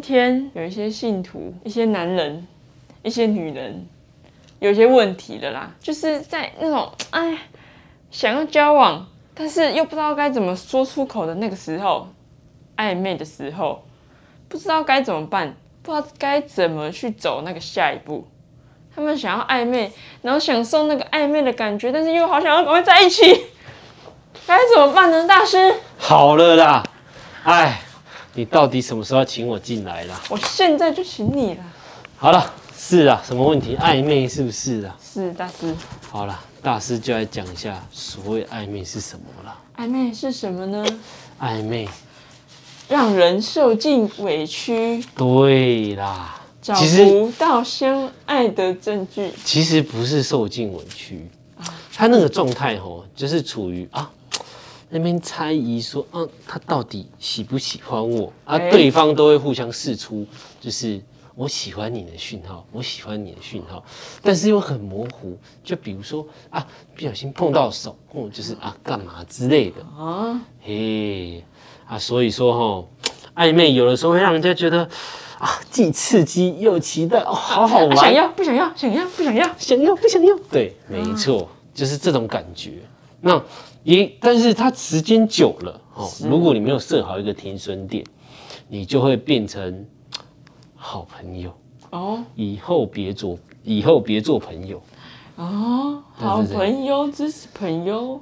天有一些信徒、一些男人、一些女人有一些问题的啦，就是在那种想要交往，但是又不知道该怎么说出口的那个时候，暧昧的时候，不知道该怎么办，不知道该怎么去走那个下一步。他们想要暧昧，然后享受那个暧昧的感觉，但是又好想要赶快在一起，该怎么办呢，大师？ 好了啦，你到底什么时候要请我进来啦？ 我现在就请你了。 好了，是啊，什么问题？暧昧是不是啊？ 是大师。 好了，大师就来讲一下所谓暧昧是什么啦。 暧昧是什么呢？ 暧昧让人受尽委屈。 对啦。 找不到相爱的证据， 其实不是受尽委屈，他那个状态就是处于那边猜疑说他到底喜不喜欢我对方都会互相释出，就是我喜欢你的讯号，我喜欢你的讯号，但是又很模糊，就比如说不小心碰到手，或者就是干嘛之类的所以说暧昧有的时候会让人家觉得。既刺激又期待，好好玩。 想要不想要？想要不想要？ 想要不想要？对，没错，就是这种感觉。但是它时间久了如果你没有设好一个停损点，你就会变成好朋友以后别做朋友好朋友只是朋友。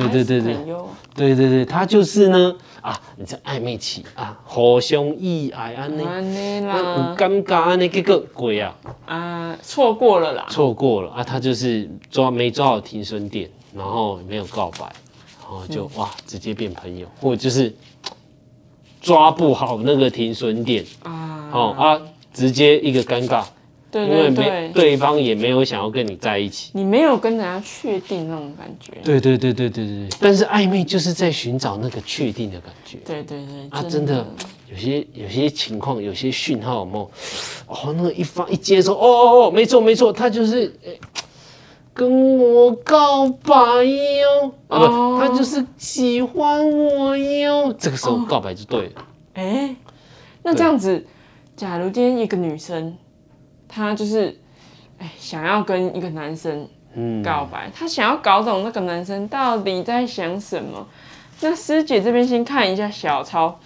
对，他就是呢你在暧昧期互相意爱安尼啦， 有尴尬安尼，结果过错过了啦， 他就是没抓好停损点，然后没有告白，然后就直接变朋友，或者就是抓不好那个停损点直接一个尴尬。 对， 因为对方也没有想要跟你在一起， 你没有跟人家确定那种感觉。 对，但是暧昧就是在寻找那个确定的感觉。 对， 真的有些情况，有些讯号有没有？那个一方一接收，没错，他就是跟我告白哟，他就是喜欢我哟。这个时候告白就对了。 那这样子，假如今天一个女生。他就是，想要跟一个男生告白，他想要搞懂那个男生到底在想什么。那师姐这边先看一下小抄，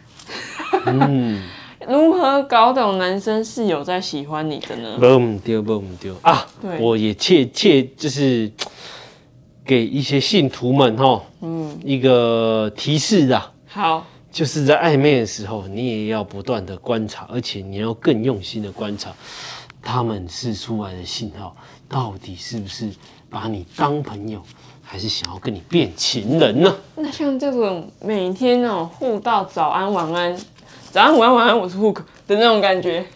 如何搞懂男生是有在喜欢你的呢？ 不对对，我也切就是给一些信徒们一个提示好。 就是在暧昧的时候，你也要不断的观察，而且你要更用心的观察他们释出来的信号，到底是不是把你当朋友，还是想要跟你变情人呢？ 那像这种每天互道早安晚安，早安午安晚安，我是 Hook 的那种感觉，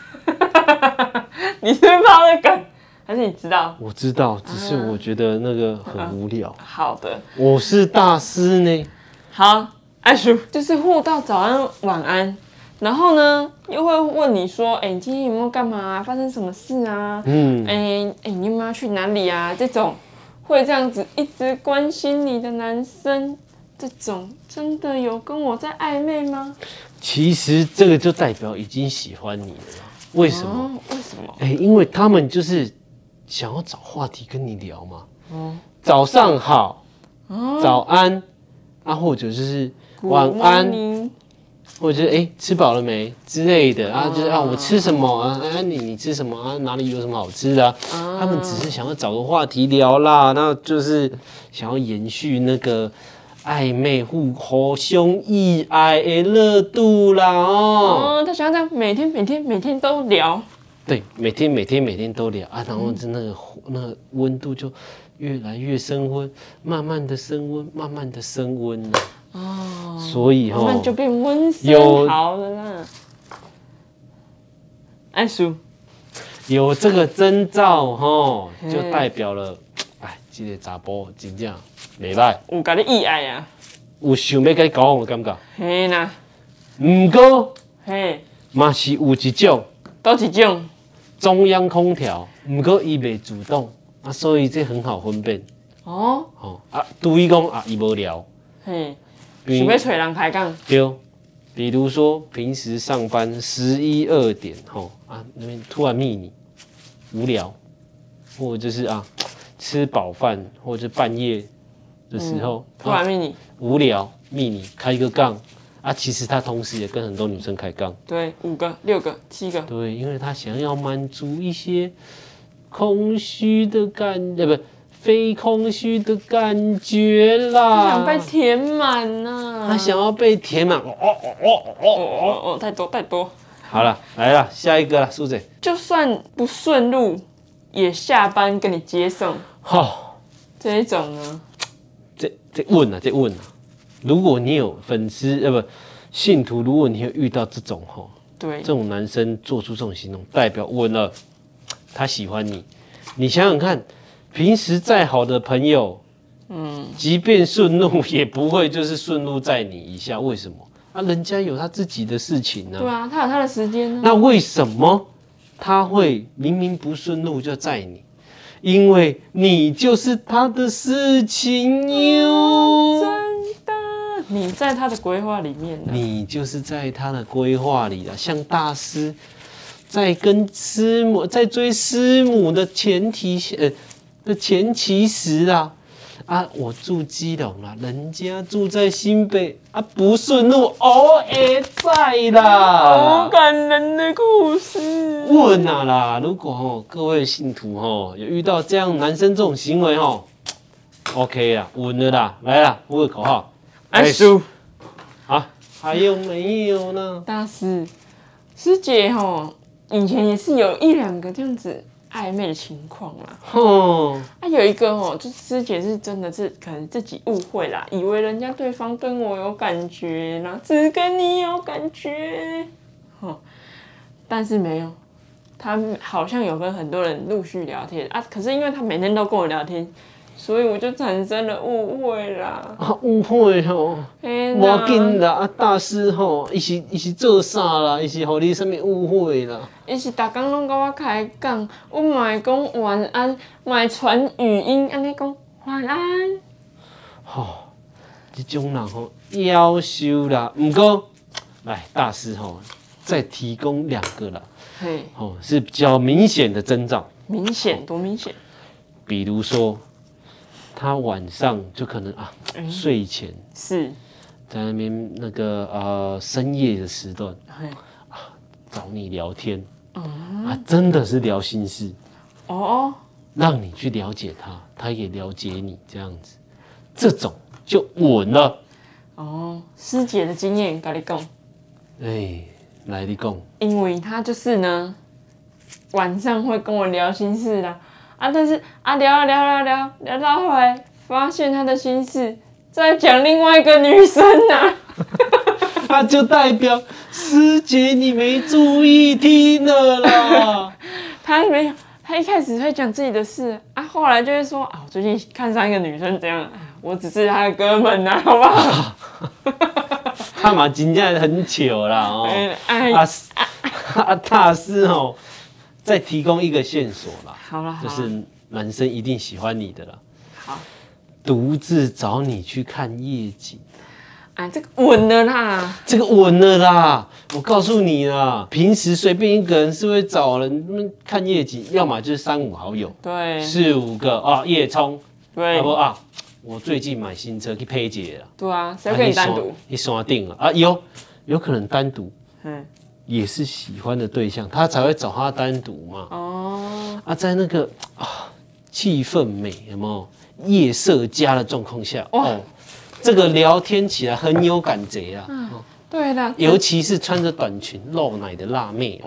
你是不是不知道那梗？还是你知道？ 我知道，只是我觉得那个很无聊。 好的， 我是大师呢。 好。爱叔就是互道早安晚安，然后呢又会问你说，你今天有没有干嘛发生什么事啊？你有没有要去哪里啊？这种会这样子一直关心你的男生，这种真的有跟我在暧昧吗？ 其实这个就代表已经喜欢你了。为什么？ 为什么？ 因为他们就是想要找话题跟你聊嘛。早上好，早安或者就是晚安，或者是吃饱了没之类的就是我吃什么你吃什么哪里有什么好吃的他们只是想要找个话题聊啦，那就是想要延续那个暧昧互相意爱的热度啦他想要这样每天都聊， 对，每天都聊然后那个温度就越来越升温，慢慢的升温了。所以慢慢就变温升好了啦。爱叔有这个征兆就代表了，这个查甫真正袂歹， 有甲你意爱啊， 有想要甲你交往的感觉。 嘿啦， 不过嘛是有一种， 多一种中央空调，不过伊袂主动所以这很好分辨。除非讲伊无聊。 想要找人开讲， 对， 比如说平时上班11、2点那边突然密你，无聊，或者就是吃饱饭，或者半夜的时候、 突然密你， 无聊密你开一个杠其实他同时也跟很多女生开杠， 对，5个、6个、7个， 对，因为他想要满足一些空虚的非空虚的感觉啦， 他想被填满呐， 他想要被填满， 太多。 好了，来了，下一个了，苏姐。 就算不顺路，也下班跟你接送。这一种呢？ 这问啊，如果你有粉丝信徒，如果你有遇到这种对， 这种男生做出这种行动，代表稳了，他喜欢你。你想想看，平时再好的朋友，即便顺路也不会就是顺路载你一下，为什么？人家有他自己的事情呢。 对啊，他有他的时间呢。 那为什么他会明明不顺路就载你？因为你就是他的事情哟。 真的，你在他的规划里面呢。 你就是在他的规划里了，像大师在跟师母在追师母的前期时我住基隆啦，人家住在新北不顺路会在啦。 好感人的故事。 问啦，如果各位信徒有遇到这样男生这种行为OK 啦，稳了啦，来啦，呼个口号， 爱输。 还有没有呢？ 大师姐以前也是有1、2个这样子暧昧的情况啦。有一个就师姐是真的是可能自己误会啦，以为人家对方跟我有感觉，然后只跟你有感觉，但是没有，他好像有跟很多人陆续聊天可是因为他每天都跟我聊天，所以我就产生了误会啦。 误会无要紧啦，大师伊是做啥啦？伊是互你什么误会啦？ 伊是逐工拢跟我开讲，我嘛会讲晚安，嘛会传语音安尼讲晚安。 这种人夭寿啦。不过来大师再提供2个啦，是比较明显的征兆。 明显多明显？ 比如说，他晚上就可能睡前是在那边深夜的时段找你聊天真的是聊心事让你去了解他，他也了解你，这样子，这种就稳了。 师姐的经验跟你讲， 来你讲， 因为他就是呢晚上会跟我聊心事啦，但是聊到后来，发现他的心事在讲另外一个女生那就代表师姐你没注意听了啦。 他没有，他一开始会讲自己的事后来就会说我最近看上一个女生怎样，我只是他的哥们好不好？ 他嘛真正很糗啦大师再提供一个线索啦， 好啦， 就是男生一定喜欢你的啦。 好， 独自找你去看夜景。 这个稳了啦， 这个稳了啦！我告诉你啦，平时随便一个人是会找人看夜景，要么就是3、5好友， 对 ，4、5个夜冲， 对， 我最近买新车去配姐了， 对谁跟你单独？ 你锁定了有可能单独，也是喜欢的对象，他才会找他单独嘛。在那个气氛美有没有夜色佳的状况下，这个聊天起来很有感觉啊。 对的， 尤其是穿着短裙露奶的辣妹，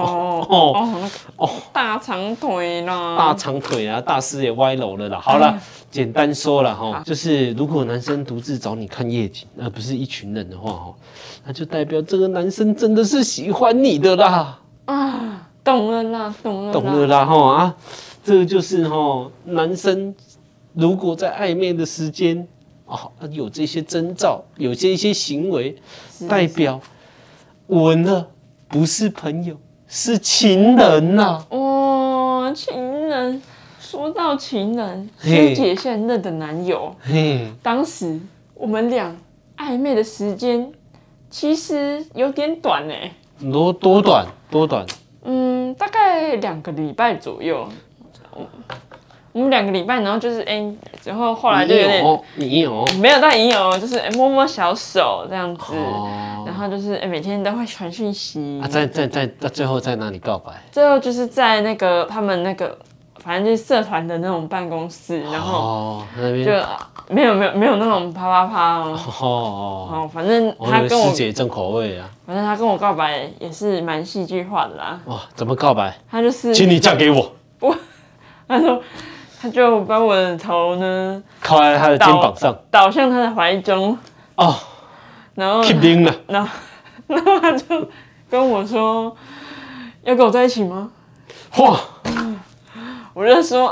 大长腿啦， 大长腿啊，大师也歪楼了啦。好了，简单说了就是如果男生独自找你看夜景，而不是一群人的话那就代表这个男生真的是喜欢你的啦。 懂了啦这个就是男生如果在暧昧的时间有这些征兆，有这些行为，代表稳了，不是朋友，是情人呐。 情人，说到情人，师姐现任的男友，当时我们俩暧昧的时间其实有点短哎。 多短？ 大概2个礼拜左右。我们2个礼拜，然后就是然后后来就有点你有没有到引友，就是摸摸小手这样子，然后就是每天都会传讯息。 在最后在哪里告白？ 最后就是在那个他们那个反正就是社团的那种办公室，然后那边就没有那种啪哦。反正他跟我师姐正口味啊。 反正他跟我告白也是蛮戏剧化的啦。 哇，怎么告白？ 他就是请你嫁给我。 不，他说他就把我的头呢靠在他的肩膀上， 倒向他的怀中。然后 keep 拎了。 然后他就跟我说要跟我在一起吗？ 哇！ 我就说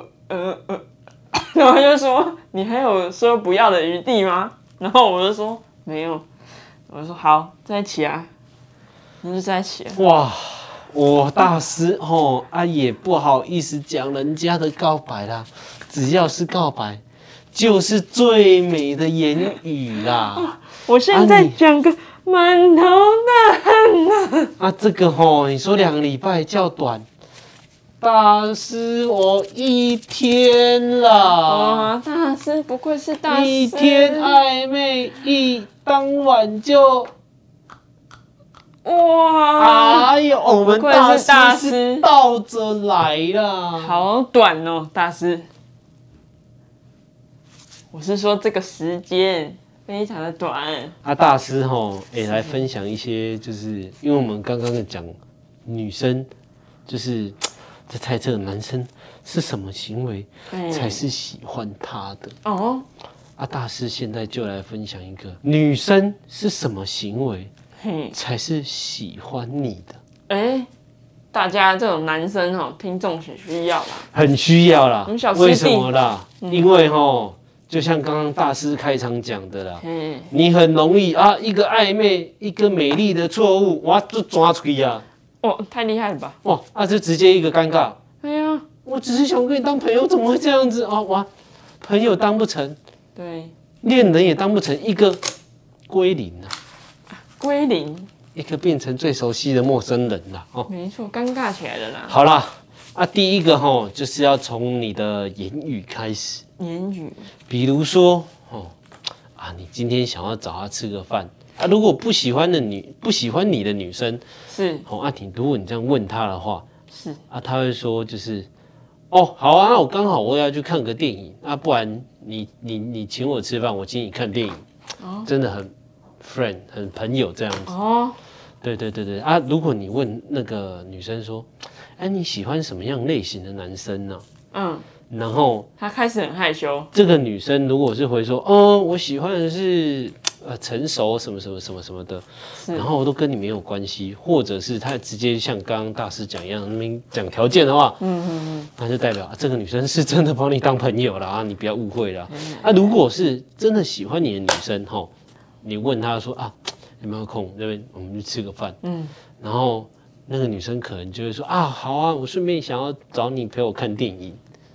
然后他就说你还有说不要的余地吗？然后我就说没有。我就说好，在一起啊，那就在一起了。 哇！我大师也不好意思讲人家的告白啦，只要是告白，就是最美的言语啦。 我现在讲个满头大汗呐。这个你说2个礼拜叫短，大师我1天啦。 大师不愧是大师 ，1天暧昧当晚就。 哇！ 哎呦，我们大师是倒着来啦。 好短哦，大师。我是说这个时间非常的短。 大师来分享一些，就是因为我们刚刚在讲女生，就是在猜测男生是什么行为才是喜欢他的。大师现在就来分享一个女生是什么行为才是喜欢你的。 大家这种男生听众很需要啦， 很需要啦。为什么啦？因为就像刚刚大师开场讲的啦，你很容易一个暧昧，一个美丽的错误，哇，就抓出去啊！ 太厉害了吧！ 哇，就直接一个尴尬。 哎呀， 我只是想跟你当朋友，怎么会这样子啊？哇，朋友当不成， 对， 恋人也当不成，一个归零啊。 归零， 一个变成最熟悉的陌生人啦。 没错，尴尬起来了啦。 好啦，第一个就是要从你的言语开始。 言语， 比如说你今天想要找他吃个饭如果不喜欢你的女生是如果你这样问他的话， 是他会说就是好啊，那我刚好我要去看个电影不然你请我吃饭，我请你看电影，真的很 friend 很朋友这样子。对如果你问那个女生说，你喜欢什么样类型的男生呢？然后他开始很害羞。 这个女生如果是回说，我喜欢的是成熟什么的，然后我都跟你没有关系，或者是他直接像刚刚大师讲一样，那边讲条件的话，那就代表这个女生是真的把你当朋友了你不要误会了。如果是真的喜欢你的女生你问她说有没有空那边我们去吃个饭，然后那个女生可能就会说好啊，我顺便想要找你陪我看电影。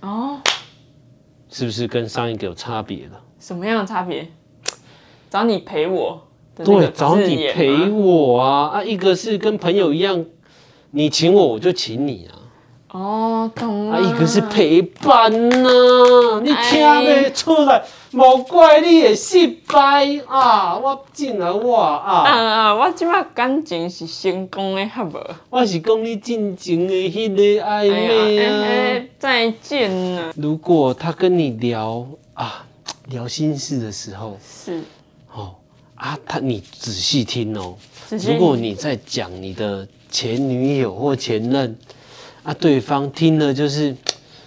是不是跟上一个有差别了？ 什么样的差别？找你陪我的对，找你陪我一个是跟朋友一样，你请我我就请你懂了。 一个是陪伴你听不出来，无怪你会失败我进来我即摆感情是成功的，好无？ 我是讲你进前的迄个暧昧再见了。 如果他跟你聊心事的时候， 是你仔细听如果你在讲你的前女友或前任对方听了就是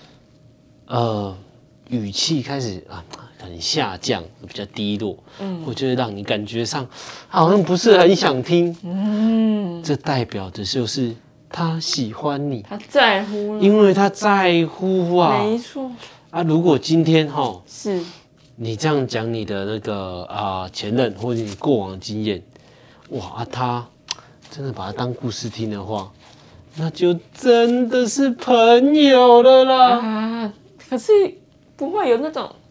语气开始很下降，比较低落，或者让你感觉上好像不是很想听，这代表的就是他喜欢你， 他在乎了， 因为他在乎没错如果今天是你这样讲你的那个前任或者你过往的经验，他真的把他当故事听的话，那就真的是朋友了啦。 可是不会有那种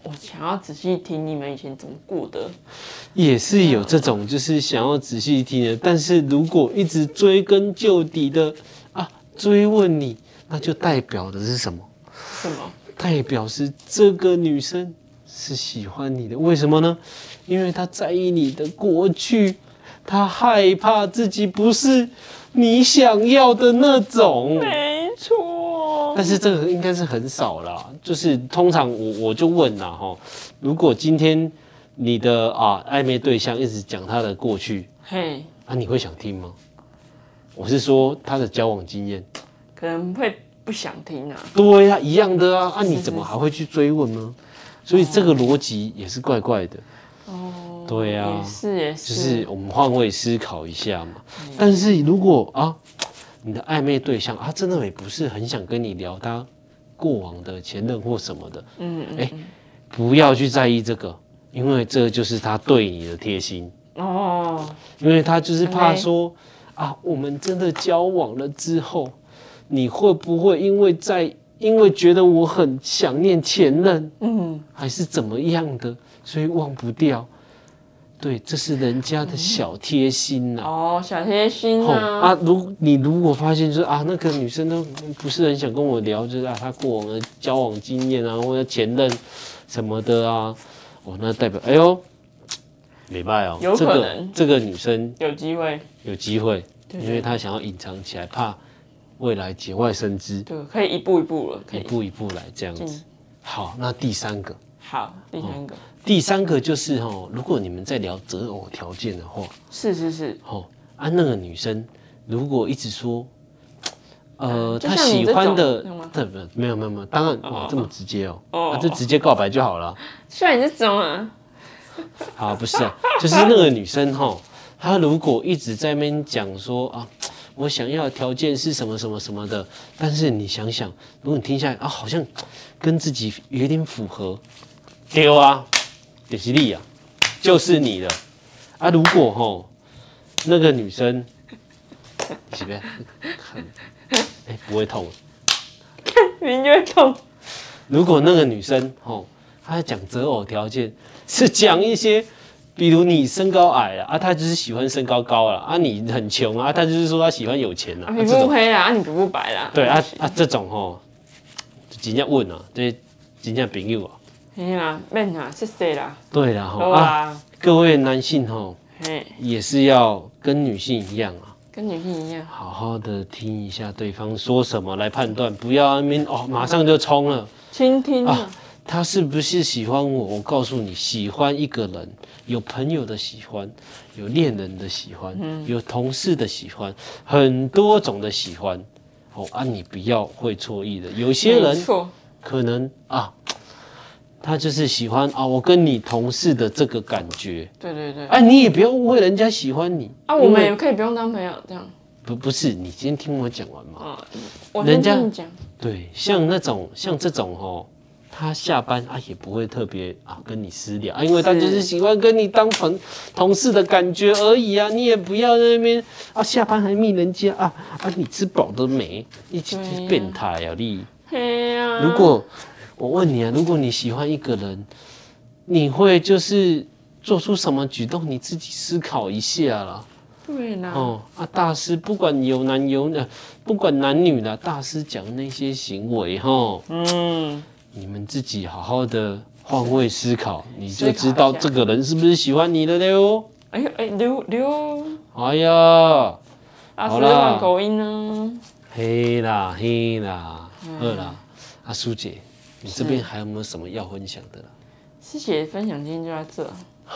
我想要仔细听你们以前怎么过的。 也是有这种，就是想要仔细听的，但是如果一直追根究底的追问你，那就代表的是什么？ 什么？ 代表是这个女生是喜欢你的，为什么呢？因为她在意你的过去，她害怕自己不是你想要的那种。 没错。 但是这个应该是很少啦，就是通常我就问啦哈，如果今天你的暧昧对象一直讲他的过去， 嘿， 你会想听吗？我是说他的交往经验， 可能会不想听啊。 对呀，一样的啊，你怎么还会去追问呢？所以这个逻辑也是怪怪的。哦，对呀， 也是， 就是我们换位思考一下嘛。但是如果你的暧昧对象真的也不是很想跟你聊他过往的前任或什么的，不要去在意这个，因为这就是他对你的贴心哦。因为他就是怕说我们真的交往了之后，你会不会因为觉得我很想念前任，还是怎么样的，所以忘不掉。对，这是人家的小贴心呐。 小贴心啊。 你如果发现就是那个女生都不是很想跟我聊，就是她过往的交往经验或者前任什么的那代表没办法有可能这个女生有机会， 因为她想要隐藏起来，怕未来节外生枝。 对，可以一步一步了， 一步一步来这样子。好，那第三个。 好， 第三个就是如果你们在聊择偶条件的话， 是， 那个女生如果一直说，她喜欢的，没有，当然这么直接那就直接告白就好了。 像你这种好，不是就是那个女生她如果一直在那边讲说我想要的条件是什么什么什么的，但是你想想，如果你听下来好像跟自己有点符合。对就是你就是你了如果那个女生是不是不会痛， 明就会痛。 如果那个女生她讲择偶条件是讲一些，比如你身高矮了她就是喜欢身高高了你很穷她就是说她喜欢有钱了。 皮肤黑啦你皮肤白啦。 对这种真正问这真正朋友嘿啦，免啦，谢谢啦。 对啦各位男性也是要跟女性一样跟女性一样， 好好的听一下对方说什么来判断，不要那边马上就冲了。 倾听他是不是喜欢我？我告诉你，喜欢一个人，有朋友的喜欢，有恋人的喜欢，有同事的喜欢，很多种的喜欢。你不要会错意的。有些人可能他就是喜欢我跟你同事的这个感觉。 对。 你也不要误会人家喜欢你我们也可以不用当朋友这样。 不是，你先听我讲完嘛。 我先听你讲。 对，像这种他下班也不会特别跟你私聊因为他就是喜欢跟你当同事的感觉而已你也不要在那边下班还密人家你吃饱了没？一起变态你。如果我问你如果你喜欢一个人，你会就是做出什么举动？你自己思考一下啦。 对啦。 大师不管不管男女啦，大师讲那些行为你们自己好好的换位思考，你就知道这个人是不是喜欢你的喽。 溜。 哎呀， 好啦，口音呢？ 嘿啦，好啦，苏姐。你这边还有没有什么要分享的啦？ 师姐分享今天就在这。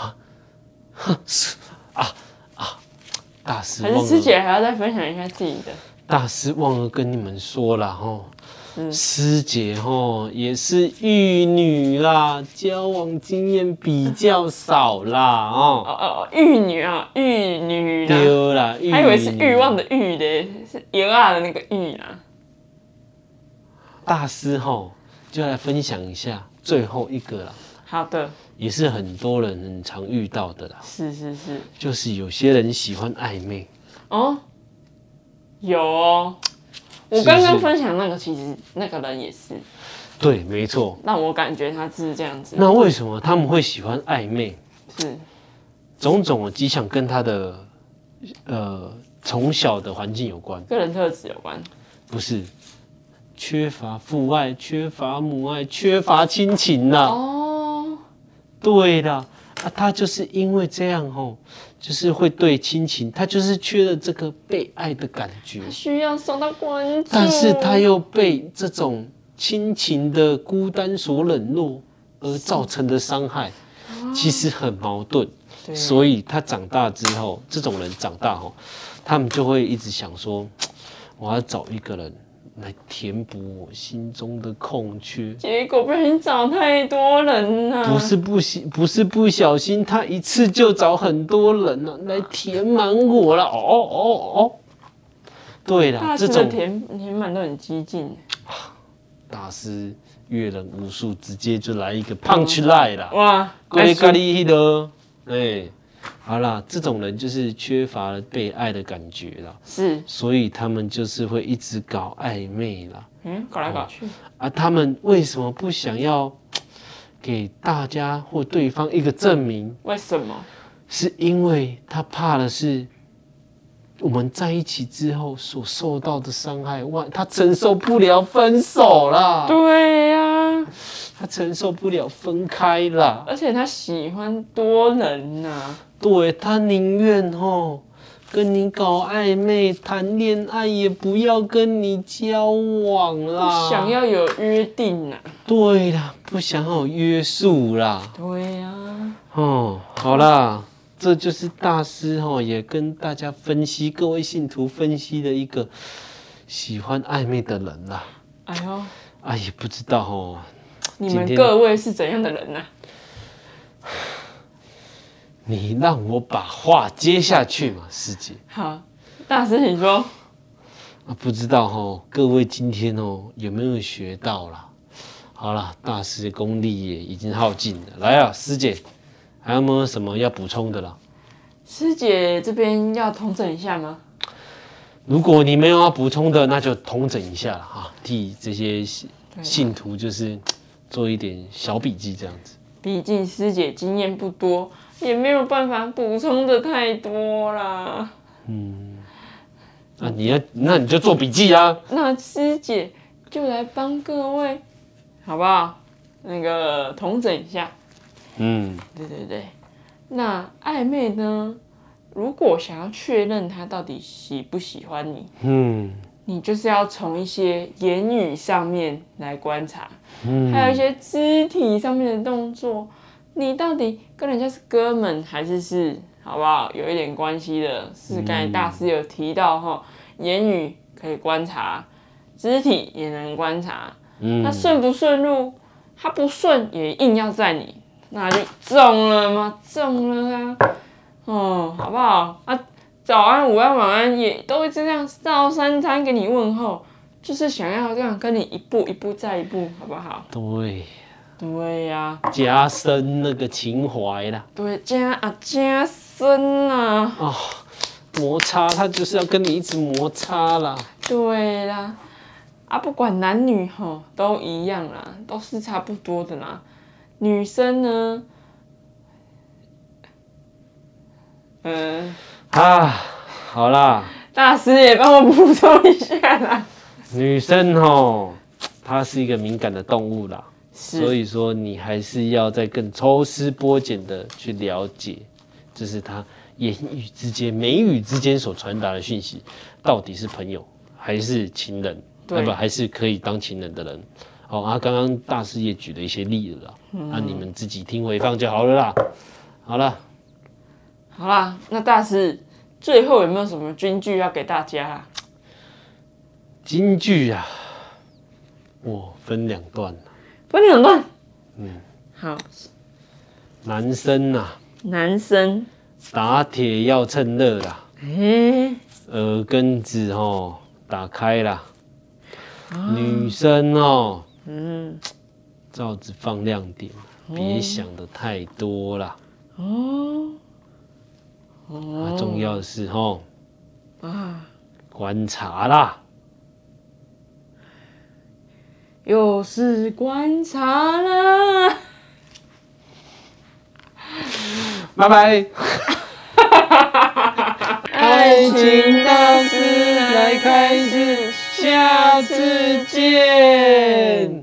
大师忘了， 还是师姐还要再分享一下自己的。 大师忘了跟你们说啦师姐也是玉女啦，交往经验比较少啦玉女啦。 对啦， 还以为是欲望的欲的，是油的那个欲啦。 大师就来分享一下最后一个啦。 好的。 也是很多人很常遇到的啦。 是。 就是有些人喜欢暧昧。 有我刚刚分享那个，其实那个人也是。 对，没错。 让我感觉他是这样子。 那为什么他们会喜欢暧昧？ 是种种的迹象跟他的从小的环境有关， 个人特质有关。 不是缺乏父爱、缺乏母爱、缺乏亲情啦。 哦， 对啦，他就是因为这样就是会对亲情，他就是缺了这个被爱的感觉， 需要受到关注， 但是他又被这种亲情的孤单所冷落而造成的伤害，其实很矛盾。所以他长大之后，这种人长大他们就会一直想说，我要找一个人来填补我心中的空缺。 结果不小心找太多人了。 不是不小心，他一次就找很多人了来填满我了。对了，这种填满都很激进。 大师阅人无数，直接就来一个 punch line 啦！ 哇， 咖喱的。好啦，这种人就是缺乏了被爱的感觉啦， 是， 所以他们就是会一直搞暧昧啦， 搞来搞去。 他们为什么不想要给大家或对方一个证明？ 为什么？ 是因为他怕的是我们在一起之后所受到的伤害，他承受不了分手啦。 对呀， 他承受不了分开啦。 而且他喜欢多人呐。 对，他宁愿跟你搞暧昧、谈恋爱，也不要跟你交往啦。 不想要有约定啦。 对啦，不想要有约束啦。 对呀。 好啦，这就是大师也跟大家分析，各位信徒分析的一个喜欢暧昧的人啦。 哎呦， 也不知道你们各位是怎样的人啊？ 你让我把话接下去嘛，师姐。 好，大师请说。 不知道各位今天有没有学到啦？好啦，大师功力也已经耗尽了。来啊，师姐，还有没有什么要补充的啦？ 师姐这边要统整一下吗？ 如果你没有要补充的，那就统整一下啦，替这些信徒就是做一点小笔记这样子。 毕竟师姐经验不多，也没有办法补充的太多啦。 那你就做笔记啊。 那师姐就来帮各位，好不好？那个统整一下。对。那暧昧呢？如果想要确认他到底喜不喜欢你，你就是要从一些言语上面来观察，还有一些肢体上面的动作，你到底跟人家是哥们还是好不好？有一点关系的，是刚才大师有提到言语可以观察，肢体也能观察，他顺不顺路，他不顺也硬要载你，那就中了吗？中了啊！好不好？早安、午安、晚安也都一直这样照三餐给你问候，就是想要这样跟你一步一步再一步，好不好？对呀， 加深那个情怀啦。 对，加深啊！ 摩擦，他就是要跟你一直摩擦啦。 对啦，不管男女都一样啦，都是差不多的啦。女生呢？ 好啦， 大师也帮我补充一下啦。 女生她是一个敏感的动物啦，所以说你还是要再更抽丝剥茧的去了解，就是她言语之间、眉宇之间所传达的讯息，到底是朋友还是情人，还是可以当情人的人。刚刚大师也举了一些例子啦，你们自己听回放就好了啦。 好啦，那大师最后有没有什么金句要给大家？ 金句啊，我分两段。 分两段。好。 男生啊，打铁要趁热啦。耳根子打开啦。女生罩子放亮点，别想的太多啦。重要的是观察啦。 又是观察了。 拜拜。 爱情大师来开始，下次见。